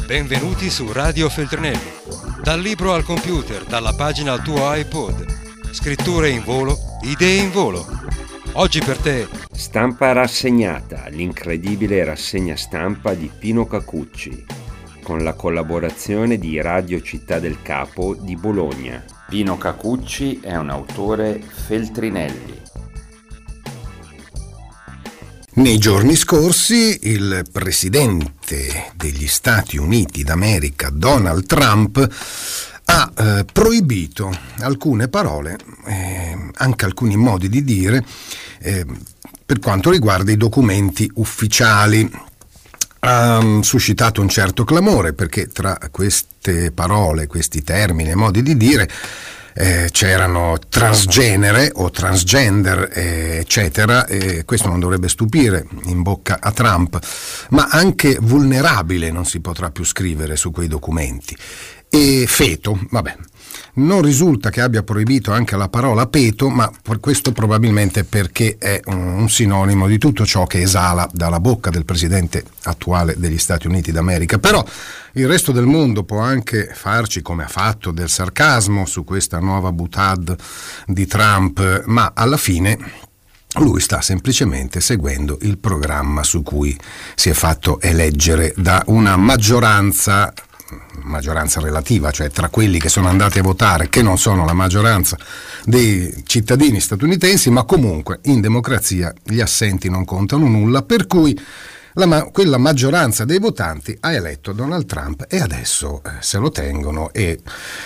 Benvenuti su Radio Feltrinelli. Dal libro al computer, dalla pagina al tuo iPod. Scritture in volo, idee in volo. Oggi per te Stampa rassegnata, l'incredibile rassegna stampa di Pino Cacucci, con la collaborazione di Radio Città del Capo di Bologna. Pino Cacucci è un autore Feltrinelli. Nei giorni scorsi il presidente degli Stati Uniti d'America, Donald Trump, ha proibito alcune parole, anche alcuni modi di dire, per quanto riguarda i documenti ufficiali. Ha suscitato un certo clamore perché tra queste parole, questi termini e modi di dire c'erano transgenere o transgender, eccetera, e questo non dovrebbe stupire in bocca a Trump, ma anche vulnerabile non si potrà più scrivere su quei documenti. E feto, vabbè, non risulta che abbia proibito anche la parola peto, ma per questo probabilmente perché è un sinonimo di tutto ciò che esala dalla bocca del presidente attuale degli Stati Uniti d'America. Però il resto del mondo può anche farci, come ha fatto, del sarcasmo su questa nuova boutade di Trump, ma alla fine lui sta semplicemente seguendo il programma su cui si è fatto eleggere da una maggioranza relativa, cioè tra quelli che sono andati a votare, che non sono la maggioranza dei cittadini statunitensi, ma comunque in democrazia gli assenti non contano nulla, per cui quella maggioranza dei votanti ha eletto Donald Trump e adesso se lo tengono, e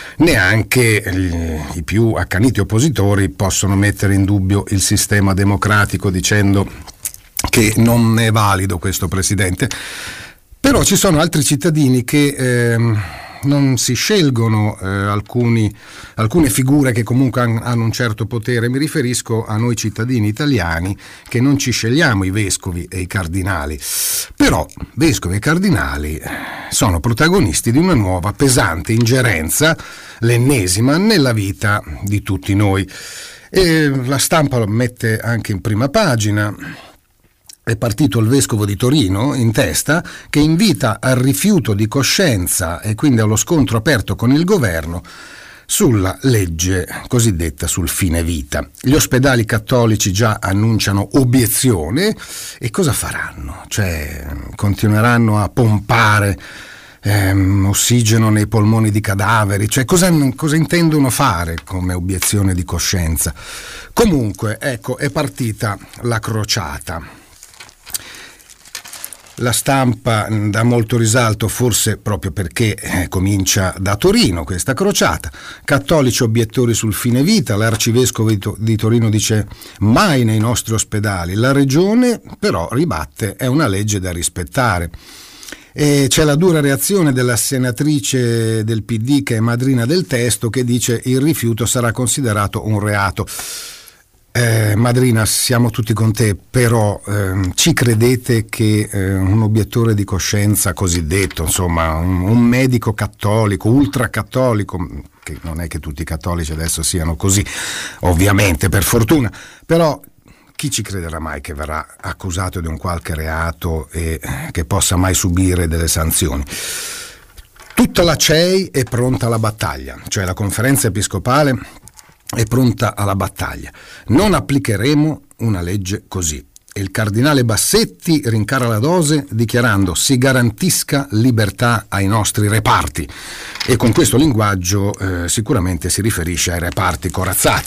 neanche i più accaniti oppositori possono mettere in dubbio il sistema democratico dicendo che non è valido questo presidente. Però ci sono altri cittadini che non si scelgono alcune figure che comunque hanno un certo potere. Mi riferisco a noi cittadini italiani che non ci scegliamo i vescovi e i cardinali. Però vescovi e cardinali sono protagonisti di una nuova pesante ingerenza, l'ennesima, nella vita di tutti noi. E la stampa lo mette anche in prima pagina. È partito il vescovo di Torino in testa, che invita al rifiuto di coscienza e quindi allo scontro aperto con il governo sulla legge cosiddetta sul fine vita. Gli ospedali cattolici già annunciano obiezione, e cosa faranno? Cioè continueranno a pompare ossigeno nei polmoni di cadaveri? Cioè cosa intendono fare come obiezione di coscienza? Comunque, ecco, è partita la crociata. La stampa dà molto risalto, forse proprio perché comincia da Torino questa crociata. Cattolici obiettori sul fine vita, l'arcivescovo di Torino dice mai nei nostri ospedali. La regione però ribatte, è una legge da rispettare. E c'è la dura reazione della senatrice del PD, che è madrina del testo, che dice il rifiuto sarà considerato un reato. Madrina, siamo tutti con te, però ci credete che un obiettore di coscienza cosiddetto, insomma un medico cattolico, ultracattolico, che non è che tutti i cattolici adesso siano così, ovviamente, per fortuna, però chi ci crederà mai che verrà accusato di un qualche reato e che possa mai subire delle sanzioni? Tutta la CEI è pronta alla battaglia, cioè la conferenza episcopale è pronta alla battaglia. Non applicheremo una legge così. E il cardinale Bassetti rincara la dose dichiarando si garantisca libertà ai nostri reparti, e con questo linguaggio sicuramente si riferisce ai reparti corazzati.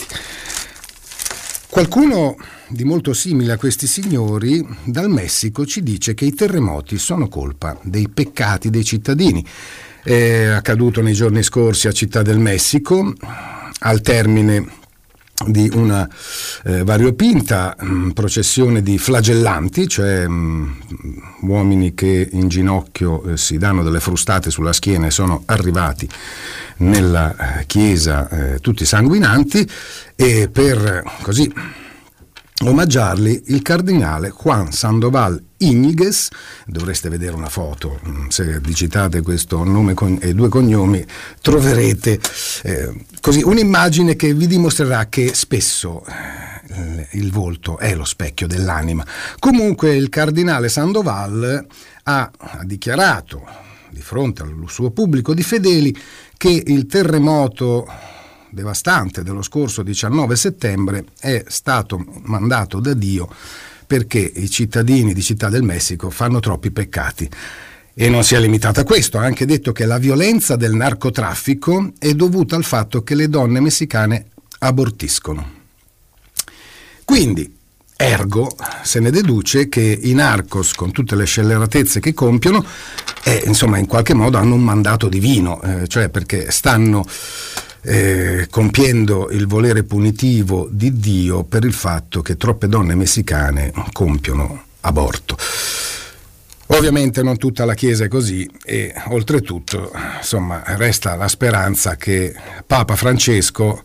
Qualcuno di molto simile a questi signori dal Messico ci dice che i terremoti sono colpa dei peccati dei cittadini. È accaduto nei giorni scorsi a Città del Messico, al termine di una variopinta processione di flagellanti, cioè uomini che in ginocchio si danno delle frustate sulla schiena e sono arrivati nella chiesa tutti sanguinanti, e per così omaggiarli il cardinale Juan Sandoval Íñiguez, dovreste vedere una foto, se digitate questo nome e due cognomi troverete così un'immagine che vi dimostrerà che spesso il volto è lo specchio dell'anima. Comunque il cardinale Sandoval ha dichiarato di fronte al suo pubblico di fedeli che il terremoto devastante dello scorso 19 settembre è stato mandato da Dio perché i cittadini di Città del Messico fanno troppi peccati. E non si è limitato a questo, ha anche detto che la violenza del narcotraffico è dovuta al fatto che le donne messicane abortiscono. Quindi, ergo, se ne deduce che i narcos, con tutte le scelleratezze che compiono, insomma, in qualche modo hanno un mandato divino, cioè perché stanno compiendo il volere punitivo di Dio per il fatto che troppe donne messicane compiono aborto. Ovviamente non tutta la Chiesa è così e oltretutto, insomma, resta la speranza che Papa Francesco,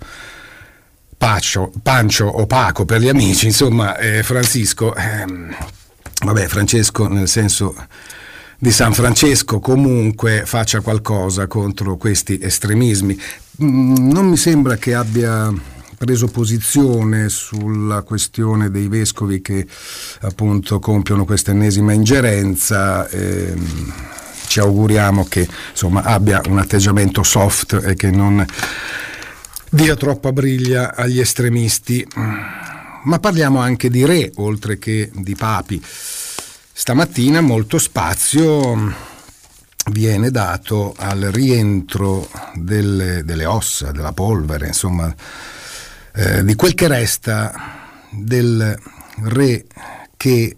Pancio o Paco per gli amici, insomma, Francisco, Francesco nel senso di San Francesco, comunque faccia qualcosa contro questi estremismi. Non mi sembra che abbia preso posizione sulla questione dei vescovi che appunto compiono questa ennesima ingerenza. Ci auguriamo che insomma abbia un atteggiamento soft e che non dia troppa briglia agli estremisti. Ma parliamo anche di re oltre che di papi. Stamattina molto spazio viene dato al rientro delle ossa, della polvere, insomma, di quel che resta del re che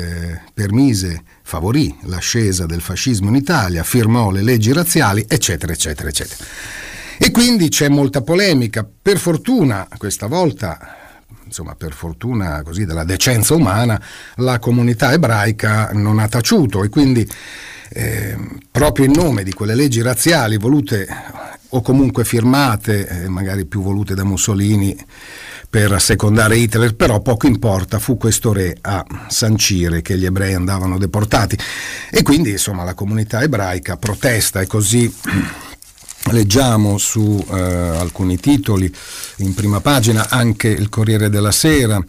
favorì l'ascesa del fascismo in Italia, firmò le leggi razziali, eccetera, eccetera, eccetera. E quindi c'è molta polemica. Per fortuna, questa volta, insomma, per fortuna così della decenza umana, la comunità ebraica non ha taciuto e quindi proprio in nome di quelle leggi razziali volute o comunque firmate, magari più volute da Mussolini per assecondare Hitler, però poco importa, fu questo re a sancire che gli ebrei andavano deportati e quindi insomma la comunità ebraica protesta e così leggiamo su alcuni titoli in prima pagina, anche il Corriere della Sera.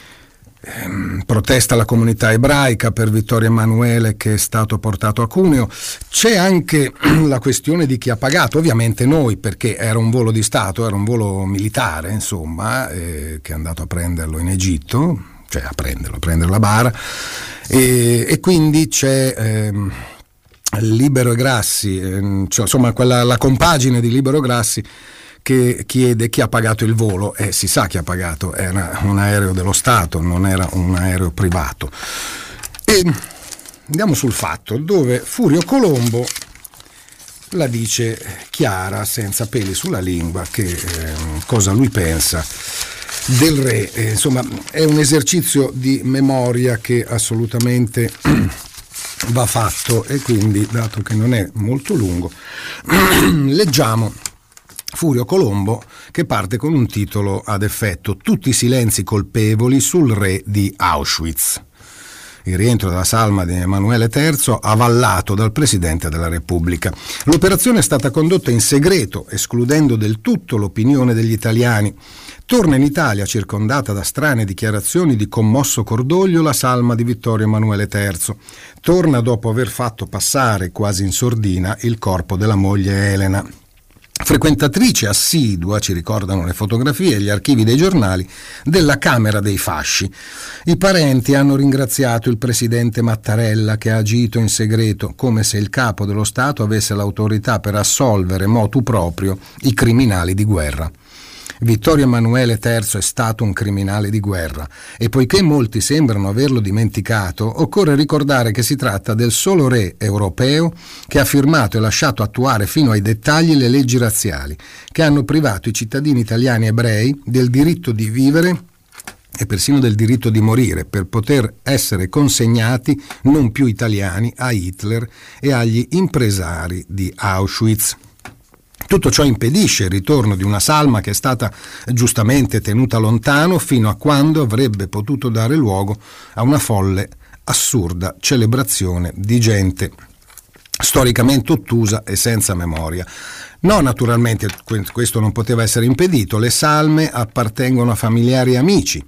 Protesta la comunità ebraica per Vittorio Emanuele che è stato portato a Cuneo. C'è anche la questione di chi ha pagato, ovviamente noi, perché era un volo di Stato, era un volo militare, insomma, che è andato a prenderlo in Egitto, cioè a prendere la bara, e quindi c'è Libero e Grassi, cioè, insomma la compagine di Libero e Grassi che chiede chi ha pagato il volo. Si sa chi ha pagato, era un aereo dello Stato, non era un aereo privato. E andiamo sul Fatto, dove Furio Colombo la dice chiara, senza peli sulla lingua, che cosa lui pensa del re. Insomma, è un esercizio di memoria che assolutamente va fatto e quindi, dato che non è molto lungo, leggiamo Furio Colombo che parte con un titolo ad effetto: tutti i silenzi colpevoli sul re di Auschwitz. Il rientro della salma di Emanuele III avallato dal Presidente della Repubblica. L'operazione è stata condotta in segreto, escludendo del tutto l'opinione degli italiani. Torna in Italia, circondata da strane dichiarazioni di commosso cordoglio, la salma di Vittorio Emanuele III. Torna dopo aver fatto passare quasi in sordina il corpo della moglie Elena. Frequentatrice assidua, ci ricordano le fotografie e gli archivi dei giornali, della Camera dei Fasci. I parenti hanno ringraziato il presidente Mattarella che ha agito in segreto, come se il capo dello Stato avesse l'autorità per assolvere motu proprio i criminali di guerra. Vittorio Emanuele III è stato un criminale di guerra e poiché molti sembrano averlo dimenticato, occorre ricordare che si tratta del solo re europeo che ha firmato e lasciato attuare fino ai dettagli le leggi razziali, che hanno privato i cittadini italiani ebrei del diritto di vivere e persino del diritto di morire per poter essere consegnati non più italiani a Hitler e agli impresari di Auschwitz. Tutto ciò impedisce il ritorno di una salma che è stata giustamente tenuta lontano fino a quando avrebbe potuto dare luogo a una folle, assurda celebrazione di gente storicamente ottusa e senza memoria. No, naturalmente questo non poteva essere impedito, le salme appartengono a familiari e amici,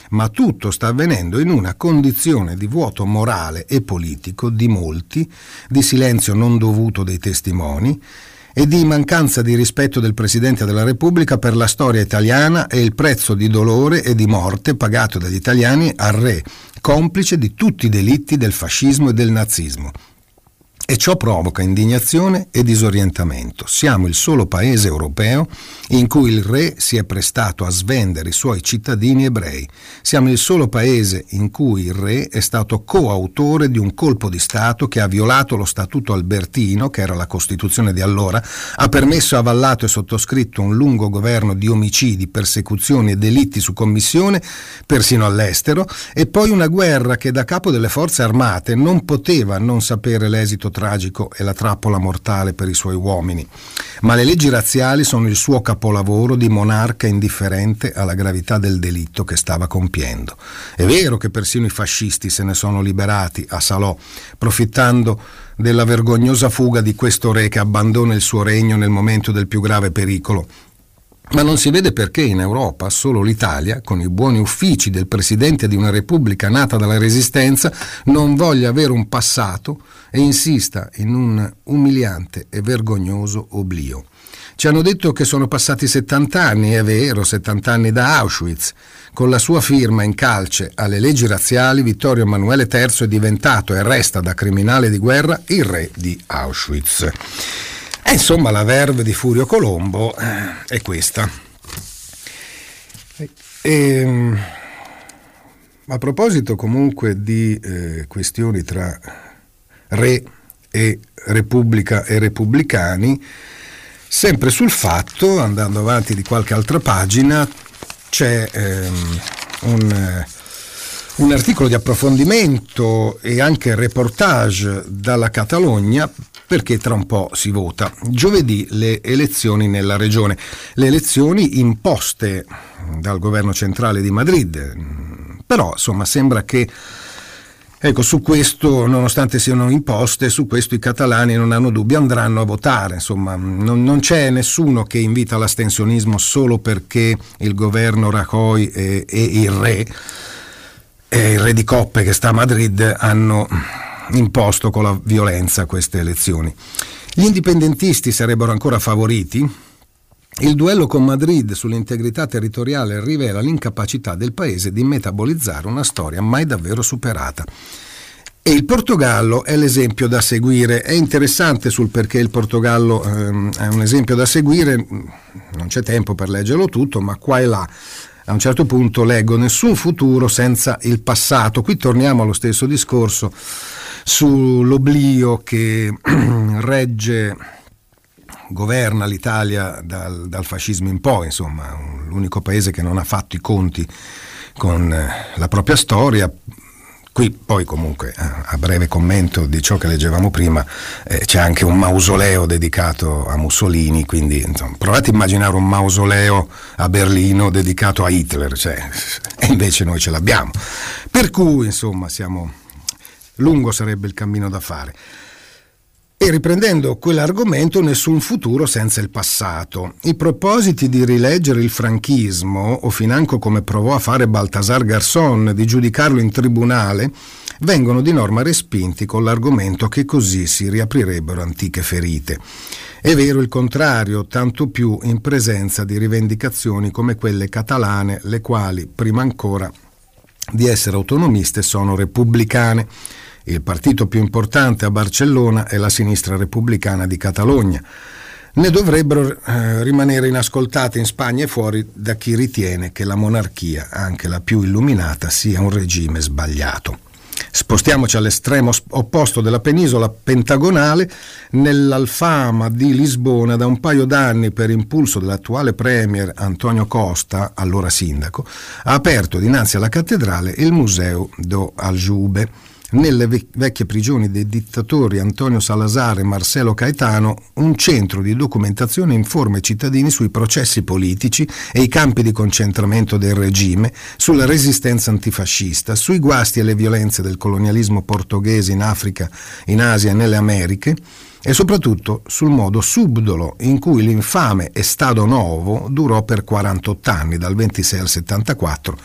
ma tutto sta avvenendo in una condizione di vuoto morale e politico di molti, di silenzio non dovuto dei testimoni e di mancanza di rispetto del Presidente della Repubblica per la storia italiana e il prezzo di dolore e di morte pagato dagli italiani al re, complice di tutti i delitti del fascismo e del nazismo. E ciò provoca indignazione e disorientamento. Siamo il solo paese europeo in cui il re si è prestato a svendere i suoi cittadini ebrei. Siamo il solo paese in cui il re è stato coautore di un colpo di Stato che ha violato lo Statuto Albertino, che era la Costituzione di allora, ha permesso, avallato e sottoscritto un lungo governo di omicidi, persecuzioni e delitti su commissione, persino all'estero, e poi una guerra che da capo delle forze armate non poteva non sapere l'esito tragico e la trappola mortale per i suoi uomini. Ma le leggi razziali sono il suo capolavoro di monarca indifferente alla gravità del delitto che stava compiendo. È vero che persino i fascisti se ne sono liberati a Salò, profittando della vergognosa fuga di questo re che abbandona il suo regno nel momento del più grave pericolo. Ma non si vede perché in Europa solo l'Italia, con i buoni uffici del presidente di una repubblica nata dalla Resistenza, non voglia avere un passato e insista in un umiliante e vergognoso oblio. Ci hanno detto che sono passati 70 anni, è vero, 70 anni da Auschwitz. Con la sua firma in calce alle leggi razziali, Vittorio Emanuele III è diventato e resta da criminale di guerra il re di Auschwitz. E insomma la verve di Furio Colombo è questa. A proposito comunque di questioni tra re e repubblica e repubblicani, sempre sul Fatto, andando avanti di qualche altra pagina, c'è un articolo di approfondimento e anche reportage dalla Catalogna, perché tra un po' si vota. Giovedì le elezioni nella regione, le elezioni imposte dal governo centrale di Madrid, però insomma sembra che, ecco, su questo, nonostante siano imposte, su questo i catalani non hanno dubbi, andranno a votare. Insomma, non c'è nessuno che invita all'astensionismo solo perché il governo Rajoy e il re di coppe che sta a Madrid hanno imposto con la violenza queste elezioni. Gli indipendentisti sarebbero ancora favoriti. Il duello con Madrid sull'integrità territoriale rivela l'incapacità del paese di metabolizzare una storia mai davvero superata. E il Portogallo è l'esempio da seguire. È interessante sul perché il Portogallo è un esempio da seguire, non c'è tempo per leggerlo tutto, ma qua e là a un certo punto leggo: nessun futuro senza il passato. Qui torniamo allo stesso discorso sull'oblio che governa l'Italia dal fascismo in poi, insomma, l'unico paese che non ha fatto i conti con la propria storia. Qui poi comunque, a breve commento di ciò che leggevamo prima, c'è anche un mausoleo dedicato a Mussolini, quindi insomma, provate a immaginare un mausoleo a Berlino dedicato a Hitler, e invece noi ce l'abbiamo. Per cui insomma lungo sarebbe il cammino da fare. E riprendendo quell'argomento, nessun futuro senza il passato. I propositi di rileggere il franchismo, o financo come provò a fare Baltasar Garzón, di giudicarlo in tribunale, vengono di norma respinti con l'argomento che così si riaprirebbero antiche ferite. È vero il contrario, tanto più in presenza di rivendicazioni come quelle catalane, le quali, prima ancora di essere autonomiste, sono repubblicane. Il partito più importante a Barcellona è la sinistra repubblicana di Catalogna. Ne dovrebbero rimanere inascoltate in Spagna e fuori da chi ritiene che la monarchia, anche la più illuminata, sia un regime sbagliato. Spostiamoci all'estremo opposto della penisola pentagonale. Nell'Alfama di Lisbona, da un paio d'anni, per impulso dell'attuale premier Antonio Costa, allora sindaco, ha aperto dinanzi alla cattedrale il Museu do Aljube. Nelle vecchie prigioni dei dittatori Antonio Salazar e Marcelo Caetano, un centro di documentazione informa i cittadini sui processi politici e i campi di concentramento del regime, sulla resistenza antifascista, sui guasti e le violenze del colonialismo portoghese in Africa, in Asia e nelle Americhe, e soprattutto sul modo subdolo in cui l'infame Estado Novo durò per 48 anni, dal 26 al 74,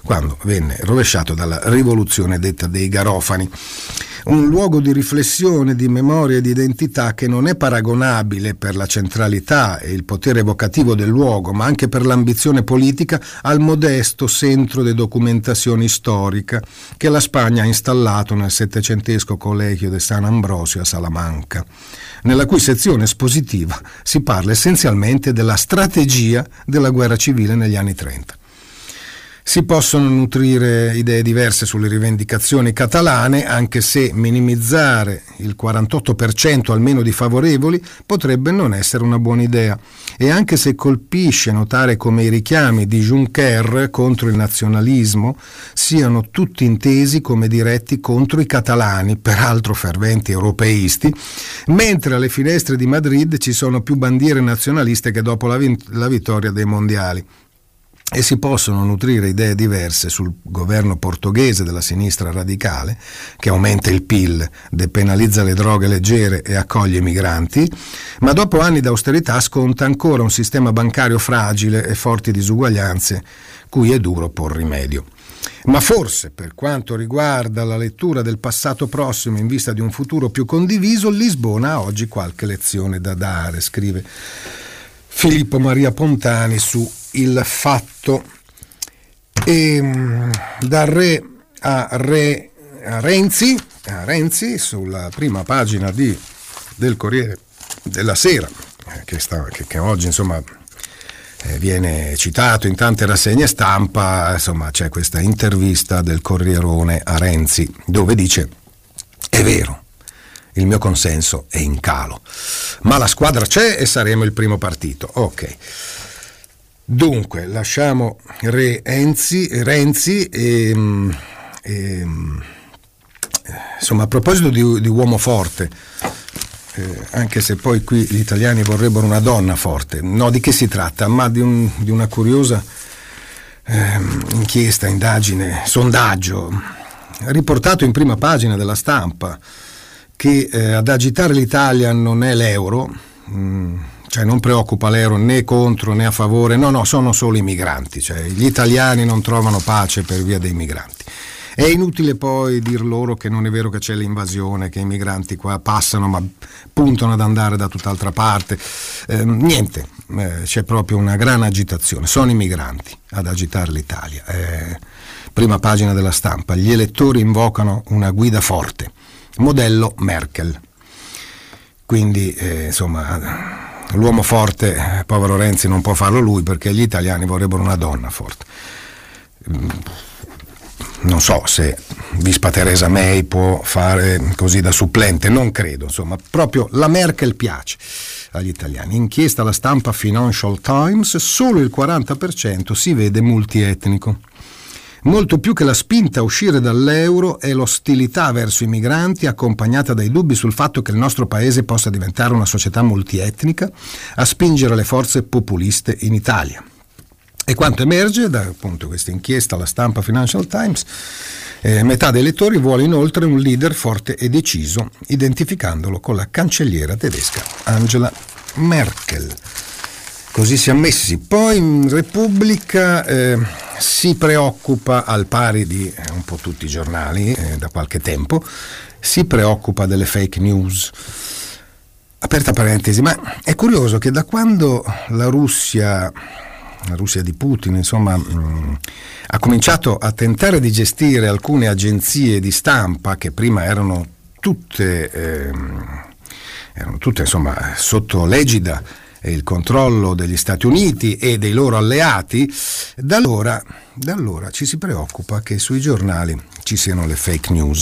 quando venne rovesciato dalla rivoluzione detta dei Garofani. Un luogo di riflessione, di memoria e di identità che non è paragonabile per la centralità e il potere evocativo del luogo, ma anche per l'ambizione politica, al modesto centro di documentazione storica che la Spagna ha installato nel settecentesco Collegio de San Ambrosio a Salamanca, nella cui sezione espositiva si parla essenzialmente della strategia della guerra civile negli anni 30. Si possono nutrire idee diverse sulle rivendicazioni catalane, anche se minimizzare il 48% almeno di favorevoli potrebbe non essere una buona idea, e anche se colpisce notare come i richiami di Juncker contro il nazionalismo siano tutti intesi come diretti contro i catalani, peraltro ferventi europeisti, mentre alle finestre di Madrid ci sono più bandiere nazionaliste che dopo la vittoria dei mondiali. E si possono nutrire idee diverse sul governo portoghese della sinistra radicale, che aumenta il PIL, depenalizza le droghe leggere e accoglie i migranti, ma dopo anni d'austerità sconta ancora un sistema bancario fragile e forti disuguaglianze cui è duro por rimedio. Ma forse, per quanto riguarda la lettura del passato prossimo in vista di un futuro più condiviso, Lisbona ha oggi qualche lezione da dare, scrive Filippo Maria Pontani su Il Fatto. E da Re a Renzi, sulla prima pagina del Corriere della Sera, che oggi insomma viene citato in tante rassegne stampa, insomma c'è questa intervista del Corrierone a Renzi dove dice: è vero, il mio consenso è in calo, ma la squadra c'è e saremo il primo partito. Ok. Dunque, lasciamo Renzi e insomma, a proposito di uomo forte, anche se poi qui gli italiani vorrebbero una donna forte, no, di che si tratta? Ma di una curiosa inchiesta, indagine, sondaggio riportato in prima pagina della Stampa, che ad agitare l'Italia non è l'euro, cioè non preoccupa l'euro né contro né a favore, no, sono solo i migranti, cioè gli italiani non trovano pace per via dei migranti. È inutile poi dir loro che non è vero che c'è l'invasione, che i migranti qua passano ma puntano ad andare da tutt'altra parte, niente, c'è proprio una gran agitazione, sono i migranti ad agitare l'Italia. Prima pagina della Stampa, gli elettori invocano una guida forte, modello Merkel. Quindi insomma, l'uomo forte, povero Renzi, non può farlo lui, perché gli italiani vorrebbero una donna forte. Non so se Vispa Theresa May può fare così da supplente, non credo, insomma, proprio la Merkel piace agli italiani. Inchiesta alla Stampa Financial Times, solo il 40% si vede multietnico. Molto più che la spinta a uscire dall'euro è l'ostilità verso i migranti, accompagnata dai dubbi sul fatto che il nostro paese possa diventare una società multietnica, a spingere le forze populiste in Italia. E quanto emerge da appunto questa inchiesta alla Stampa Financial Times, metà dei lettori vuole inoltre un leader forte e deciso, identificandolo con la cancelliera tedesca Angela Merkel. Così siamo messi. Poi in Repubblica si preoccupa, al pari di un po' tutti i giornali da qualche tempo, si preoccupa delle fake news. Aperta parentesi, ma è curioso che da quando la Russia di Putin, insomma, ha cominciato a tentare di gestire alcune agenzie di stampa che prima erano tutte insomma sotto l'egida e il controllo degli Stati Uniti e dei loro alleati, da allora ci si preoccupa che sui giornali ci siano le fake news.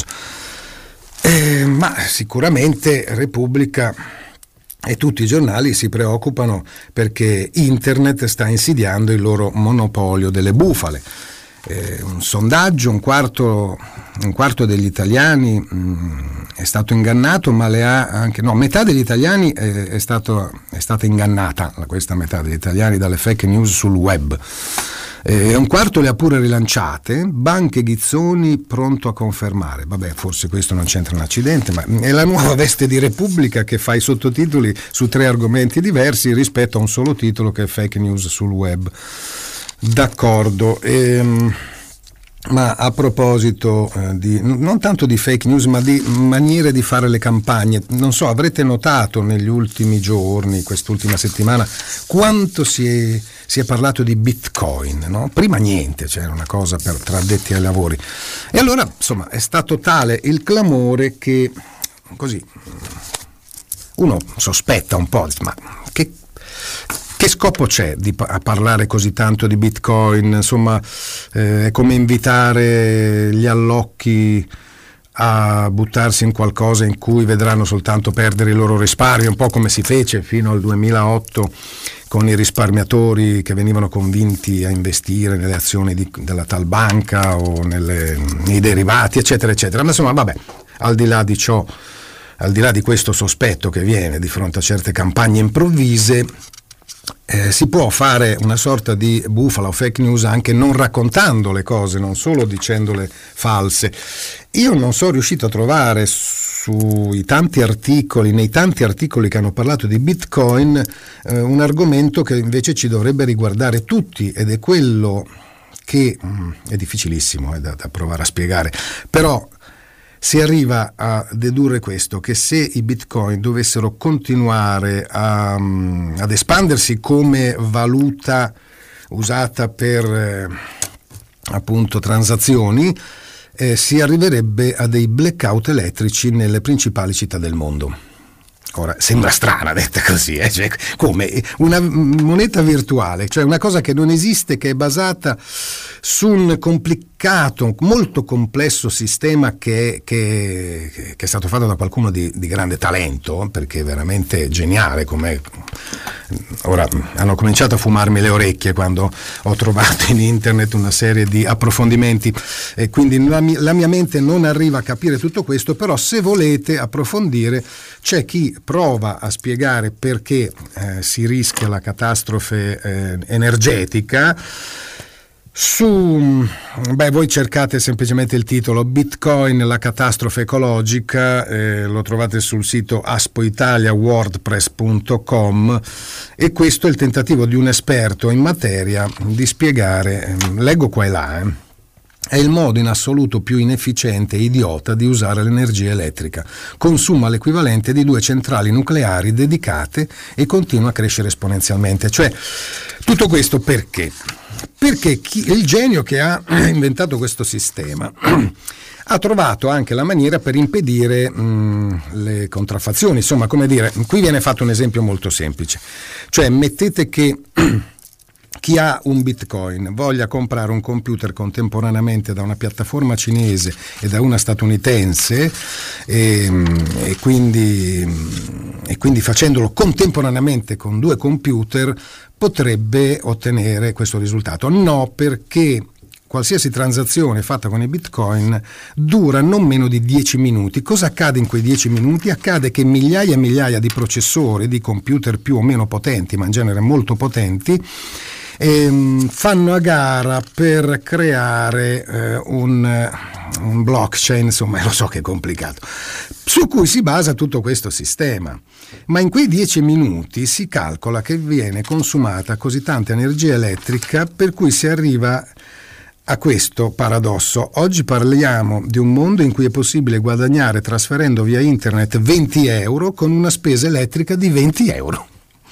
Ma sicuramente Repubblica e tutti i giornali si preoccupano perché Internet sta insidiando il loro monopolio delle bufale. Un sondaggio, un quarto degli italiani è stato ingannato, ma metà degli italiani è stata ingannata, questa metà degli italiani, dalle fake news sul web. Un quarto le ha pure rilanciate. Banche Ghizzoni pronto a confermare. Vabbè, forse questo non c'entra un accidente, ma è la nuova veste di Repubblica che fa i sottotitoli su 3 argomenti diversi rispetto a un solo titolo che è fake news sul web. D'accordo. Ma a proposito non tanto di fake news, ma di maniere di fare le campagne, non so, avrete notato negli ultimi giorni, quest'ultima settimana, quanto si è parlato di Bitcoin, no? Prima niente, c'era una cosa tra addetti ai lavori. E allora, insomma, è stato tale il clamore che così uno sospetta un po', ma che scopo c'è a parlare così tanto di Bitcoin? Insomma, è come invitare gli allocchi a buttarsi in qualcosa in cui vedranno soltanto perdere il loro risparmio, un po' come si fece fino al 2008 con i risparmiatori che venivano convinti a investire nelle azioni della tal banca o nei derivati, eccetera, eccetera. Ma insomma, vabbè, al di là di ciò, al di là di questo sospetto che viene di fronte a certe campagne improvvise, si può fare una sorta di bufala o fake news anche non raccontando le cose, non solo dicendole false. Io non sono riuscito a trovare nei tanti articoli che hanno parlato di Bitcoin un argomento che invece ci dovrebbe riguardare tutti, ed è quello che è difficilissimo da provare a spiegare, però si arriva a dedurre questo, che se i bitcoin dovessero continuare ad espandersi come valuta usata per appunto transazioni, si arriverebbe a dei blackout elettrici nelle principali città del mondo. Ora, sembra strana detta così, cioè, come una moneta virtuale, cioè una cosa che non esiste, che è basata su un complicato, molto complesso sistema che è stato fatto da qualcuno di grande talento, perché è veramente geniale. Ora hanno cominciato a fumarmi le orecchie quando ho trovato in internet una serie di approfondimenti, e quindi la mia mente non arriva a capire tutto questo, però se volete approfondire c'è chi prova a spiegare perché si rischia la catastrofe energetica. Voi cercate semplicemente il titolo Bitcoin, la catastrofe ecologica, lo trovate sul sito aspoitaliawordpress.com, e questo è il tentativo di un esperto in materia di spiegare, leggo qua e là, è il modo in assoluto più inefficiente e idiota di usare l'energia elettrica. Consuma l'equivalente di 2 centrali nucleari dedicate e continua a crescere esponenzialmente. Cioè, tutto questo perché? Perché il genio che ha inventato questo sistema ha trovato anche la maniera per impedire le contraffazioni. Insomma, come dire, qui viene fatto un esempio molto semplice. Cioè, mettete che chi ha un bitcoin voglia comprare un computer contemporaneamente da una piattaforma cinese e da una statunitense, e quindi facendolo contemporaneamente con 2 computer potrebbe ottenere questo risultato. No, perché qualsiasi transazione fatta con i bitcoin dura non meno di 10 minuti. Cosa accade in quei 10 minuti? Accade che migliaia e migliaia di processori, di computer più o meno potenti, ma in genere molto potenti, fanno a gara per creare un blockchain, insomma, lo so che è complicato, su cui si basa tutto questo sistema. Ma in quei 10 minuti si calcola che viene consumata così tanta energia elettrica per cui si arriva a questo paradosso. Oggi parliamo di un mondo in cui è possibile guadagnare trasferendo via internet 20 euro con una spesa elettrica di 20 euro.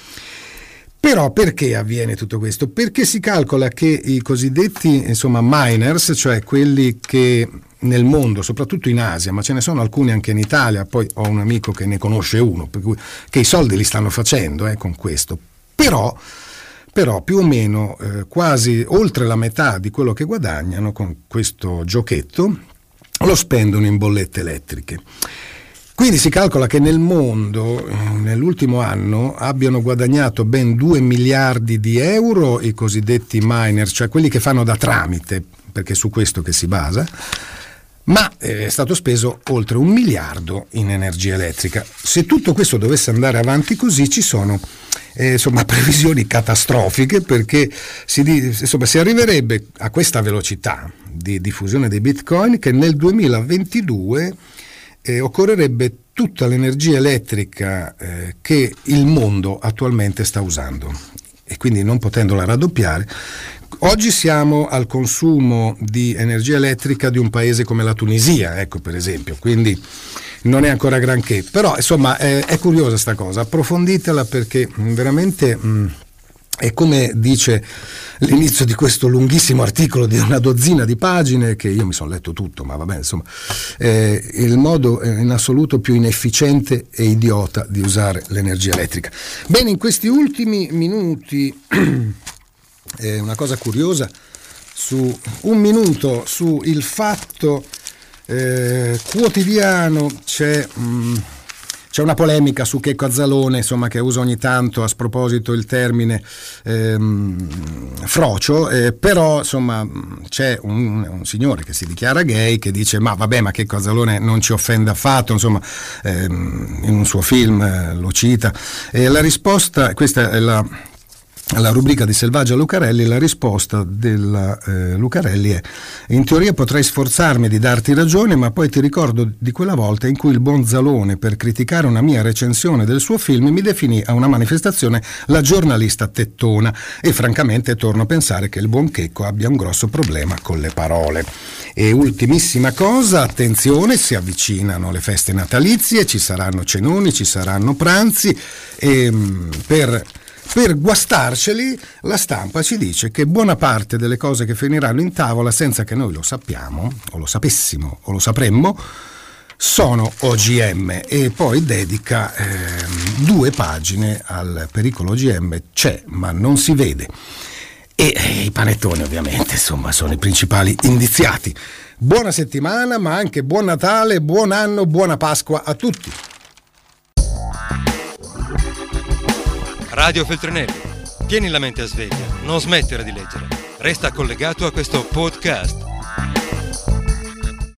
Però perché avviene tutto questo? Perché si calcola che i cosiddetti miners, cioè quelli che nel mondo, soprattutto in Asia, ma ce ne sono alcuni anche in Italia, poi ho un amico che ne conosce uno, per cui, che i soldi li stanno facendo con questo, però più o meno quasi oltre la metà di quello che guadagnano con questo giochetto lo spendono in bollette elettriche. Quindi si calcola che nel mondo nell'ultimo anno abbiano guadagnato ben 2 miliardi di euro i cosiddetti miner, cioè quelli che fanno da tramite, perché è su questo che si basa, ma è stato speso oltre 1 miliardo in energia elettrica. Se tutto questo dovesse andare avanti così, ci sono previsioni catastrofiche, perché si arriverebbe a questa velocità di diffusione dei bitcoin che nel 2022 occorrerebbe tutta l'energia elettrica che il mondo attualmente sta usando, e quindi non potendola raddoppiare, Oggi siamo al consumo di energia elettrica di un paese come la Tunisia, ecco, per esempio, quindi non è ancora granché, però insomma è curiosa sta cosa, approfonditela perché veramente è come dice l'inizio di questo lunghissimo articolo di una dozzina di pagine, che io mi sono letto tutto, ma vabbè, insomma, il modo in assoluto più inefficiente e idiota di usare l'energia elettrica. Bene, in questi ultimi minuti una cosa curiosa, su un minuto su Il Fatto Quotidiano c'è una polemica su Checco Azzalone, insomma, che usa ogni tanto a sproposito il termine frocio, però insomma c'è un signore che si dichiara gay che dice ma Checco Azzalone non ci offende affatto, insomma, in un suo film lo cita, e la risposta, questa è la rubrica di Selvaggia Lucarelli, la risposta della Lucarelli è: in teoria potrei sforzarmi di darti ragione, ma poi ti ricordo di quella volta in cui il buon Zalone, per criticare una mia recensione del suo film, mi definì a una manifestazione la giornalista tettona, e francamente torno a pensare che il buon Checco abbia un grosso problema con le parole. E ultimissima cosa, attenzione, si avvicinano le feste natalizie, ci saranno cenoni, ci saranno pranzi, e per guastarceli la stampa ci dice che buona parte delle cose che finiranno in tavola, senza che noi lo sappiamo, o lo sapessimo, o lo sapremmo, sono OGM, e poi dedica 2 pagine al pericolo OGM. C'è, ma non si vede. E i panettoni ovviamente, insomma, sono i principali indiziati. Buona settimana, ma anche buon Natale, buon anno, buona Pasqua a tutti. Radio Feltrinelli, tieni la mente a sveglia, non smettere di leggere. Resta collegato a questo podcast.